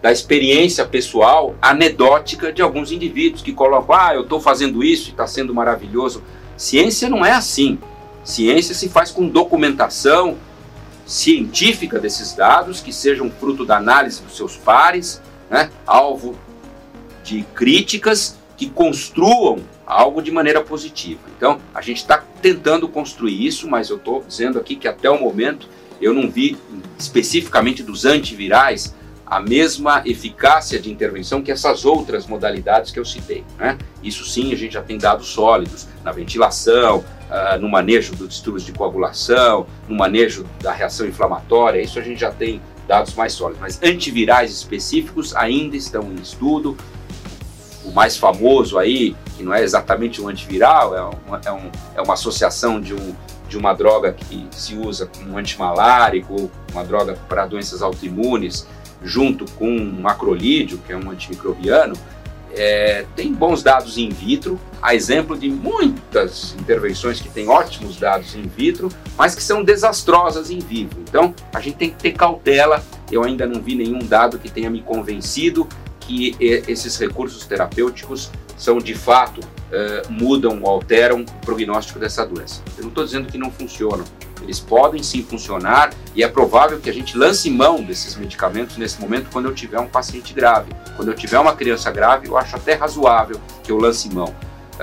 da experiência pessoal anedótica de alguns indivíduos que colocam, eu estou fazendo isso e está sendo maravilhoso. Ciência não é assim. Ciência se faz com documentação científica desses dados, que sejam fruto da análise dos seus pares, né, alvo de críticas que construam algo de maneira positiva. Então, a gente está tentando construir isso, mas eu estou dizendo aqui que até o momento eu não vi, especificamente dos antivirais, a mesma eficácia de intervenção que essas outras modalidades que eu citei, né? Isso sim, a gente já tem dados sólidos na ventilação, no manejo dos distúrbios de coagulação, no manejo da reação inflamatória, isso a gente já tem dados mais sólidos, mas antivirais específicos ainda estão em estudo. O mais famoso aí, que não é exatamente um antiviral, é uma associação de uma droga que se usa como antimalárico, uma droga para doenças autoimunes, junto com um macrolídeo, que é um antimicrobiano. Tem bons dados in vitro, a exemplo de muitas intervenções que têm ótimos dados in vitro, mas que são desastrosas em vivo. Então, a gente tem que ter cautela. Eu ainda não vi nenhum dado que tenha me convencido que esses recursos terapêuticos são de fato, mudam ou alteram o prognóstico dessa doença. Eu não estou dizendo que não funcionam. Eles podem sim funcionar e é provável que a gente lance mão desses medicamentos nesse momento quando eu tiver um paciente grave. Quando eu tiver uma criança grave, eu acho até razoável que eu lance mão.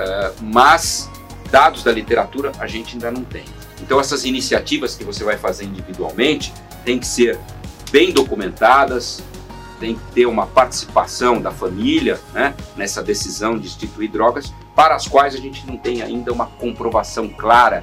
Mas dados da literatura a gente ainda não tem. Então essas iniciativas que você vai fazer individualmente têm que ser bem documentadas, tem que ter uma participação da família, né, nessa decisão de instituir drogas para as quais a gente não tem ainda uma comprovação clara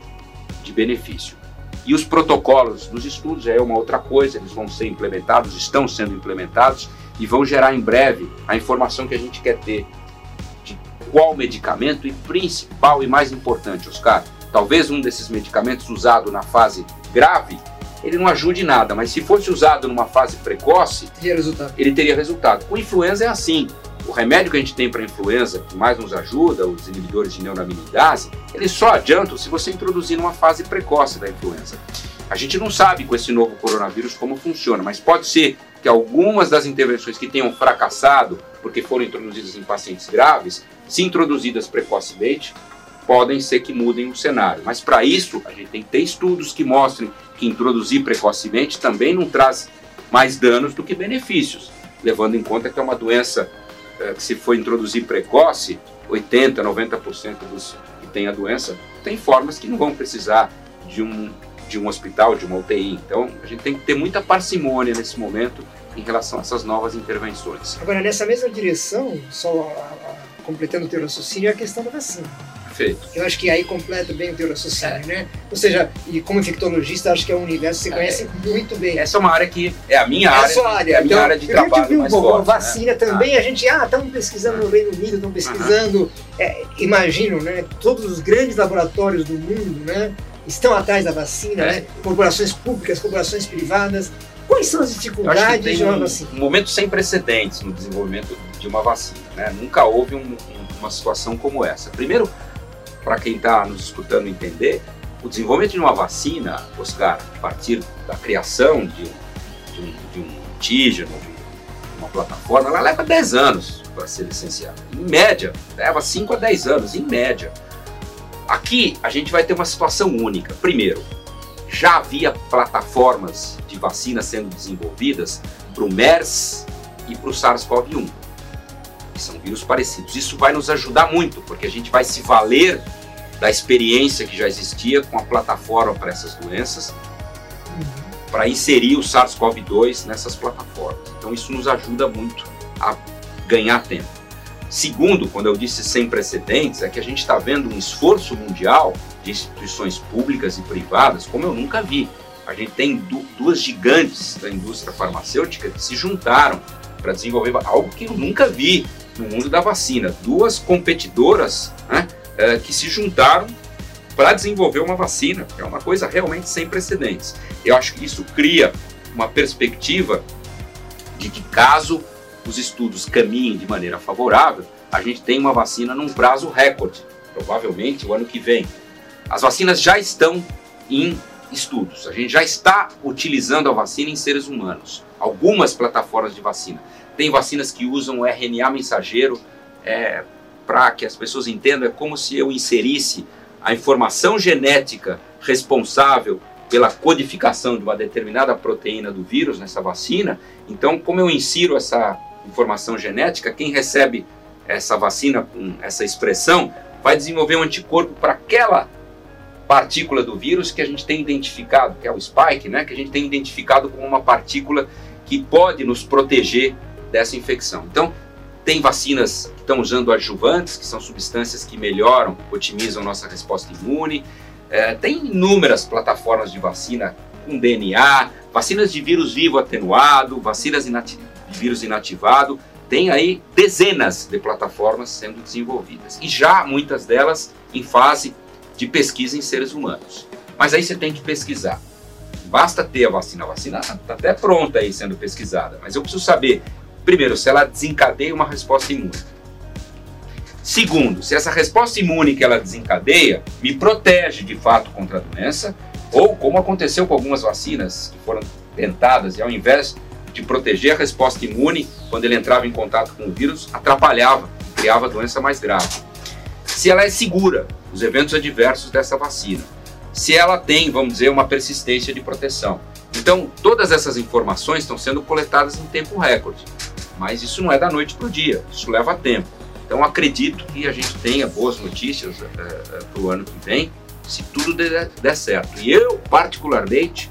de benefício. E os protocolos dos estudos é uma outra coisa, eles vão ser implementados, estão sendo implementados e vão gerar em breve a informação que a gente quer ter de qual medicamento e principal e mais importante, Oscar, talvez um desses medicamentos usado na fase grave, ele não ajude em nada, mas se fosse usado numa fase precoce, ele teria resultado. Com influenza é assim. O remédio que a gente tem para influenza, que mais nos ajuda, os inibidores de neuraminidase, eles só adiantam se você introduzir numa fase precoce da influenza. A gente não sabe com esse novo coronavírus como funciona, mas pode ser que algumas das intervenções que tenham fracassado, porque foram introduzidas em pacientes graves, se introduzidas precocemente, podem ser que mudem o cenário. Mas para isso, a gente tem que ter estudos que mostrem que introduzir precocemente também não traz mais danos do que benefícios, levando em conta que é uma doença que se for introduzir precoce, 80%, 90% dos que têm a doença tem formas que não vão precisar de um hospital, de uma UTI. Então, a gente tem que ter muita parcimônia nesse momento em relação a essas novas intervenções. Agora, nessa mesma direção, só completando o teu raciocínio, é a questão da vacina. Perfeito. Eu acho que aí completa bem o teu raciocínio, né? Ou seja, e como infectologista, acho que é um universo que você conhece muito bem. Essa é uma área que é a minha área, sua área. É a minha área de trabalho mais forte. Vacina, né? Também, a gente, estamos pesquisando no Reino Unido, estão pesquisando, imagino, né? Todos os grandes laboratórios do mundo, né? Estão atrás da vacina, né? Corporações públicas, corporações privadas. Quais são as dificuldades de uma vacina? Um momento sem precedentes no desenvolvimento de uma vacina, né? Nunca houve uma situação como essa. Primeiro, para quem está nos escutando entender, o desenvolvimento de uma vacina, Oscar, a partir da criação de um antígeno, de uma plataforma, ela leva 10 anos para ser licenciada. Em média, leva 5 a 10 anos, em média. Aqui, a gente vai ter uma situação única. Primeiro, já havia plataformas de vacina sendo desenvolvidas para o MERS e para o SARS-CoV-1. São vírus parecidos. Isso vai nos ajudar muito, porque a gente vai se valer da experiência que já existia com a plataforma para essas doenças, para inserir o SARS-CoV-2 nessas plataformas. Então isso nos ajuda muito a ganhar tempo. Segundo, quando eu disse sem precedentes, é que a gente está vendo um esforço mundial de instituições públicas e privadas como eu nunca vi. A gente tem duas gigantes da indústria farmacêutica que se juntaram para desenvolver algo que eu nunca vi no mundo da vacina. Duas competidoras, né, que se juntaram para desenvolver uma vacina, que é uma coisa realmente sem precedentes. Eu acho que isso cria uma perspectiva de que, caso os estudos caminhem de maneira favorável, a gente tem uma vacina num prazo recorde, provavelmente o ano que vem. As vacinas já estão em estudos. A gente já está utilizando a vacina em seres humanos. Algumas plataformas de vacina. Tem vacinas que usam RNA mensageiro, para que as pessoas entendam, é como se eu inserisse a informação genética responsável pela codificação de uma determinada proteína do vírus nessa vacina. Então, como eu insiro essa informação genética, quem recebe essa vacina com essa expressão vai desenvolver um anticorpo para aquela partícula do vírus que a gente tem identificado, que é o spike, né? Que a gente tem identificado como uma partícula que pode nos proteger dessa infecção. Então, tem vacinas que estão usando adjuvantes, que são substâncias que melhoram, otimizam nossa resposta imune. Tem inúmeras plataformas de vacina com DNA, vacinas de vírus vivo atenuado, vacinas de vírus inativado. Tem aí dezenas de plataformas sendo desenvolvidas. E já muitas delas em fase de pesquisa em seres humanos. Mas aí você tem que pesquisar. Basta ter a vacina está até pronta aí sendo pesquisada. Mas eu preciso saber, primeiro, se ela desencadeia uma resposta imune. Segundo, se essa resposta imune que ela desencadeia me protege de fato contra a doença, ou como aconteceu com algumas vacinas que foram tentadas e ao invés de proteger a resposta imune, quando ele entrava em contato com o vírus, atrapalhava, criava a doença mais grave. Se ela é segura, os eventos adversos dessa vacina. Se ela tem, vamos dizer, uma persistência de proteção. Então, todas essas informações estão sendo coletadas em tempo recorde. Mas isso não é da noite para o dia, isso leva tempo. Então, acredito que a gente tenha boas notícias para o ano que vem, se tudo der certo. E eu, particularmente,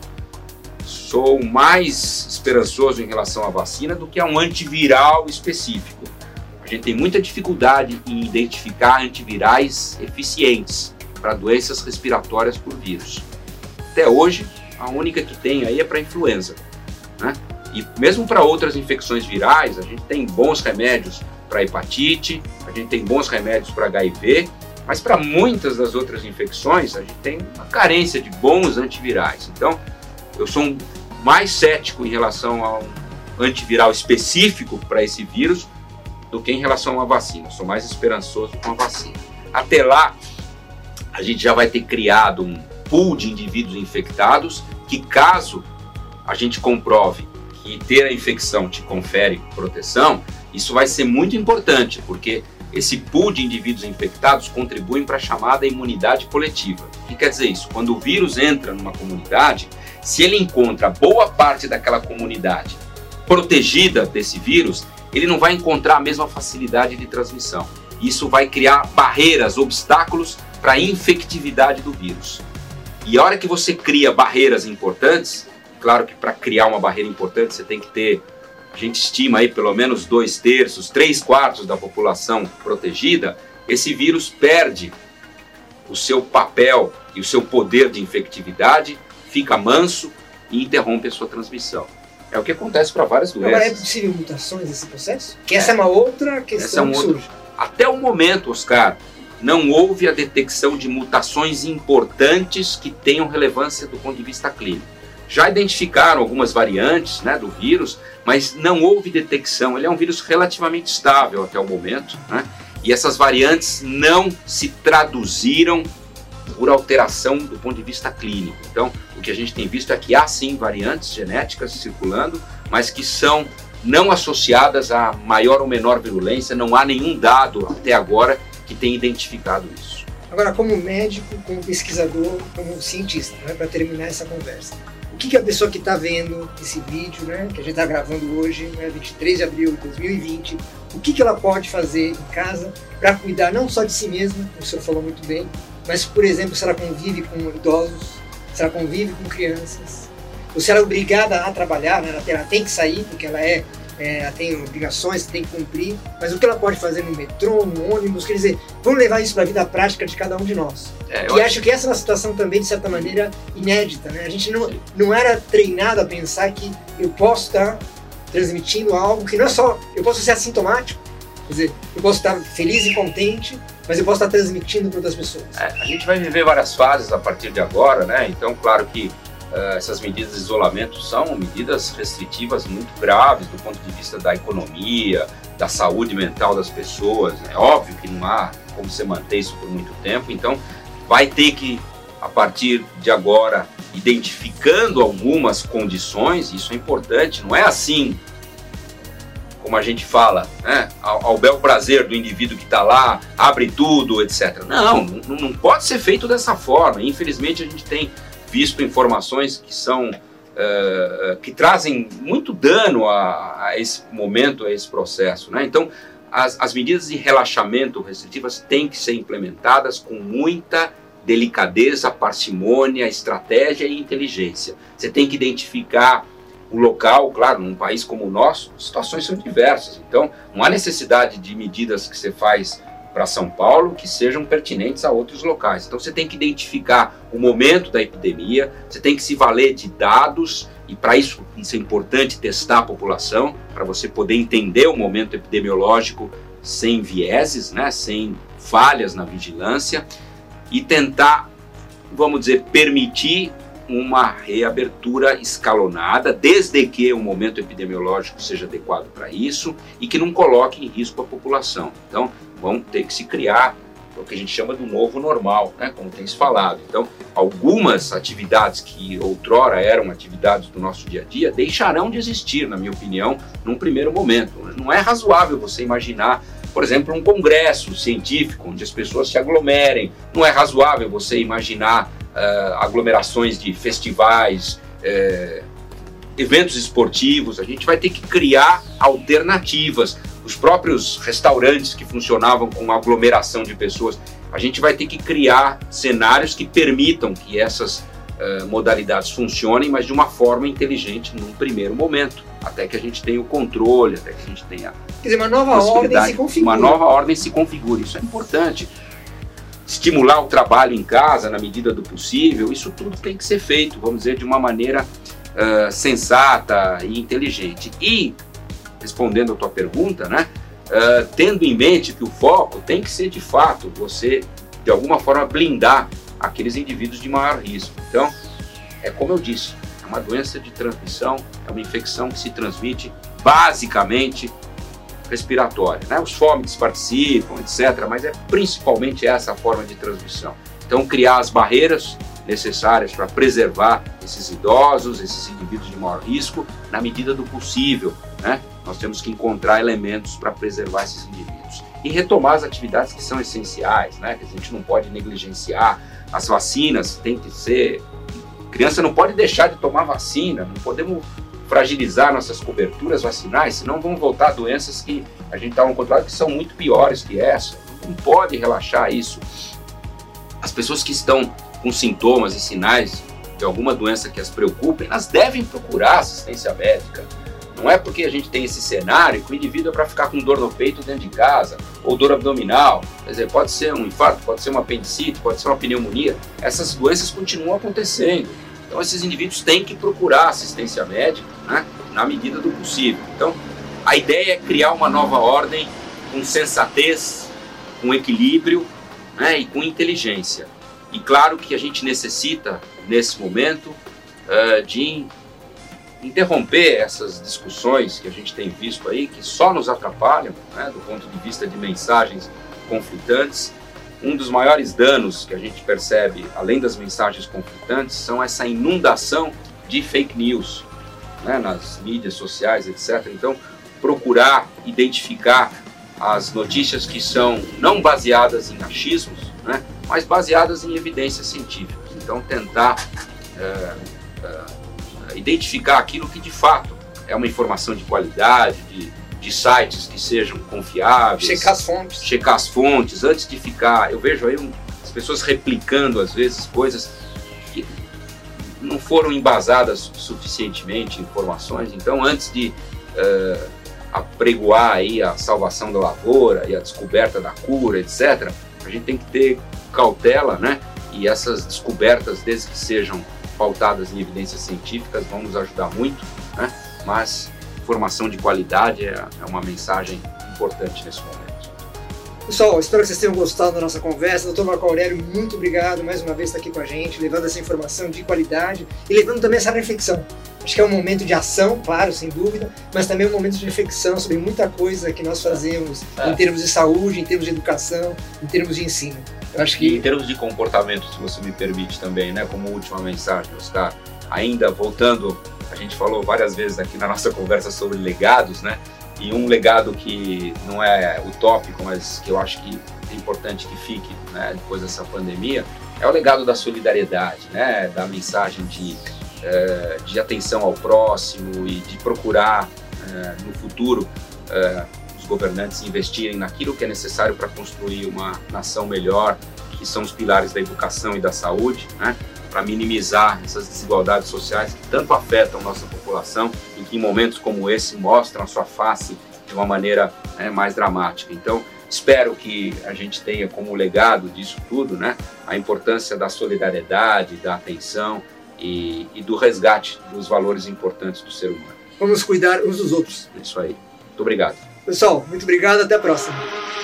sou mais esperançoso em relação à vacina do que a um antiviral específico. A gente tem muita dificuldade em identificar antivirais eficientes para doenças respiratórias por vírus. Até hoje, a única que tem aí é para influenza, né? E mesmo para outras infecções virais, a gente tem bons remédios para hepatite, a gente tem bons remédios para HIV, mas para muitas das outras infecções, a gente tem uma carência de bons antivirais. Então, eu sou mais cético em relação a um antiviral específico para esse vírus do que em relação a uma vacina. Eu sou mais esperançoso com a vacina. Até lá, a gente já vai ter criado um pool de indivíduos infectados que, caso a gente comprove que ter a infecção te confere proteção, isso vai ser muito importante, porque esse pool de indivíduos infectados contribuem para a chamada imunidade coletiva. O que quer dizer isso? Quando o vírus entra numa comunidade, se ele encontra boa parte daquela comunidade protegida desse vírus, ele não vai encontrar a mesma facilidade de transmissão. Isso vai criar barreiras, obstáculos para a infectividade do vírus. E a hora que você cria barreiras importantes, claro que para criar uma barreira importante você tem que ter, a gente estima aí pelo menos 2/3, 3/4 da população protegida, esse vírus perde o seu papel e o seu poder de infectividade, fica manso e interrompe a sua transmissão. É o que acontece para várias doenças. Agora, é possível mutações nesse processo? Que essa é uma outra questão que surge. Até o momento, Oscar, não houve a detecção de mutações importantes que tenham relevância do ponto de vista clínico. Já identificaram algumas variantes, né, do vírus, mas não houve detecção. Ele é um vírus relativamente estável até o momento, né? E essas variantes não se traduziram por alteração do ponto de vista clínico. Então, o que a gente tem visto é que há sim variantes genéticas circulando, mas que são não associadas a maior ou menor virulência. Não há nenhum dado até agora que tenha identificado isso. Agora, como médico, como pesquisador, como cientista, né, para terminar essa conversa, o que a pessoa que está vendo esse vídeo, né, que a gente está gravando hoje, né, 23 de abril de 2020, o que ela pode fazer em casa para cuidar não só de si mesma, como o senhor falou muito bem, mas, por exemplo, se ela convive com idosos, se ela convive com crianças, ou se ela é obrigada a trabalhar, né, ela tem que sair porque ela tem obrigações, tem que cumprir, mas o que ela pode fazer no metrô, no ônibus, quer dizer, vamos levar isso para a vida prática de cada um de nós. E acho que essa é uma situação também, de certa maneira, inédita, né? A gente não era treinado a pensar que eu posso estar transmitindo algo que não é só, eu posso ser assintomático, quer dizer, eu posso estar feliz e contente, mas eu posso estar transmitindo para outras pessoas. A gente vai viver várias fases a partir de agora, né? Então, claro que essas medidas de isolamento são medidas restritivas muito graves do ponto de vista da economia, da saúde mental das pessoas. É óbvio que não há como você manter isso por muito tempo, então vai ter que, a partir de agora, identificando algumas condições, isso é importante, não é assim como a gente fala, né, ao bel prazer do indivíduo que está lá, abre tudo, etc. Não pode ser feito dessa forma. Infelizmente a gente tem visto informações que são que trazem muito dano a esse momento, a esse processo, né? Então as medidas de relaxamento restritivas têm que ser implementadas com muita delicadeza, parcimônia, estratégia e inteligência. Você tem que identificar o local, claro, num país como o nosso, as situações são diversas. Então, não há necessidade de medidas que você faz para São Paulo que sejam pertinentes a outros locais. Então, você tem que identificar o momento da epidemia, você tem que se valer de dados, e para isso é importante testar a população, para você poder entender o momento epidemiológico sem vieses, né, sem falhas na vigilância, e tentar, vamos dizer, permitir uma reabertura escalonada, desde que o momento epidemiológico seja adequado para isso e que não coloque em risco a população. Então, vão ter que se criar o que a gente chama do novo normal, né, como tem se falado. Então, algumas atividades que outrora eram atividades do nosso dia a dia deixarão de existir, na minha opinião, num primeiro momento. Não é razoável você imaginar, por exemplo, um congresso científico onde as pessoas se aglomerem. Não é razoável você imaginar aglomerações de festivais, eventos esportivos. A gente vai ter que criar alternativas. Os próprios restaurantes que funcionavam com aglomeração de pessoas, a gente vai ter que criar cenários que permitam que essas modalidades funcionem, mas de uma forma inteligente num primeiro momento, até que a gente tenha o controle, até que a gente tenha Quer dizer, uma nova ordem se configura. Uma nova ordem se configura, isso é importante. Estimular o trabalho em casa na medida do possível, isso tudo tem que ser feito, vamos dizer, de uma maneira sensata e inteligente. E, respondendo a tua pergunta, né, tendo em mente que o foco tem que ser, de fato, você, de alguma forma, blindar aqueles indivíduos de maior risco. Então, é como eu disse, é uma doença de transmissão, é uma infecção que se transmite basicamente respiratória, né? Os fômites participam, etc., mas é principalmente essa a forma de transmissão. Então, criar as barreiras necessárias para preservar esses idosos, esses indivíduos de maior risco, na medida do possível, né? Nós temos que encontrar elementos para preservar esses indivíduos e retomar as atividades que são essenciais, né? Que a gente não pode negligenciar. As vacinas têm que ser... A criança não pode deixar de tomar vacina, não podemos fragilizar nossas coberturas vacinais, senão vão voltar doenças que a gente está controlando que são muito piores que essa. Não pode relaxar isso. As pessoas que estão com sintomas e sinais de alguma doença que as preocupem, elas devem procurar assistência médica. Não é porque a gente tem esse cenário que o indivíduo é para ficar com dor no peito dentro de casa, ou dor abdominal. Quer dizer, pode ser um infarto, pode ser uma apendicite, pode ser uma pneumonia. Essas doenças continuam acontecendo. Então, esses indivíduos têm que procurar assistência médica, né, na medida do possível. Então, a ideia é criar uma nova ordem com sensatez, com equilíbrio, né, e com inteligência. E claro que a gente necessita, nesse momento, de interromper essas discussões que a gente tem visto aí, que só nos atrapalham, né, do ponto de vista de mensagens conflitantes. Um dos maiores danos que a gente percebe, além das mensagens conflitantes, são essa inundação de fake news, né, nas mídias sociais, etc. Então, procurar identificar as notícias que são não baseadas em achismos, né, mas baseadas em evidências científicas. Então, tentar identificar aquilo que, de fato, é uma informação de qualidade, de sites que sejam confiáveis. Checar as fontes, antes de ficar... Eu vejo aí as pessoas replicando, às vezes, coisas que não foram embasadas suficientemente, informações. Então, antes de apregoar aí a salvação da lavoura e a descoberta da cura, etc., a gente tem que ter cautela, né? E essas descobertas, desde que sejam pautadas em evidências científicas, vão nos ajudar muito, né? Mas... informação de qualidade é uma mensagem importante nesse momento. Pessoal, espero que vocês tenham gostado da nossa conversa. Dr. Marco Aurélio, muito obrigado mais uma vez por estar aqui com a gente, levando essa informação de qualidade e levando também essa reflexão. Acho que é um momento de ação, claro, sem dúvida, mas também um momento de reflexão sobre muita coisa que nós fazemos em termos de saúde, em termos de educação, em termos de ensino. Eu acho que... E em termos de comportamento, se você me permite também, né, como última mensagem, Oscar, ainda voltando, a gente falou várias vezes aqui na nossa conversa sobre legados, né? E um legado que não é utópico, mas que eu acho que é importante que fique, né, depois dessa pandemia, é o legado da solidariedade, né, da mensagem de atenção ao próximo e de procurar, no futuro, os governantes investirem naquilo que é necessário para construir uma nação melhor, que são os pilares da educação e da saúde, né, para minimizar essas desigualdades sociais que tanto afetam nossa população e que em momentos como esse mostram a sua face de uma maneira mais dramática. Então, espero que a gente tenha como legado disso tudo, né, a importância da solidariedade, da atenção e do resgate dos valores importantes do ser humano. Vamos cuidar uns dos outros. É isso aí. Muito obrigado. Pessoal, muito obrigado. Até a próxima.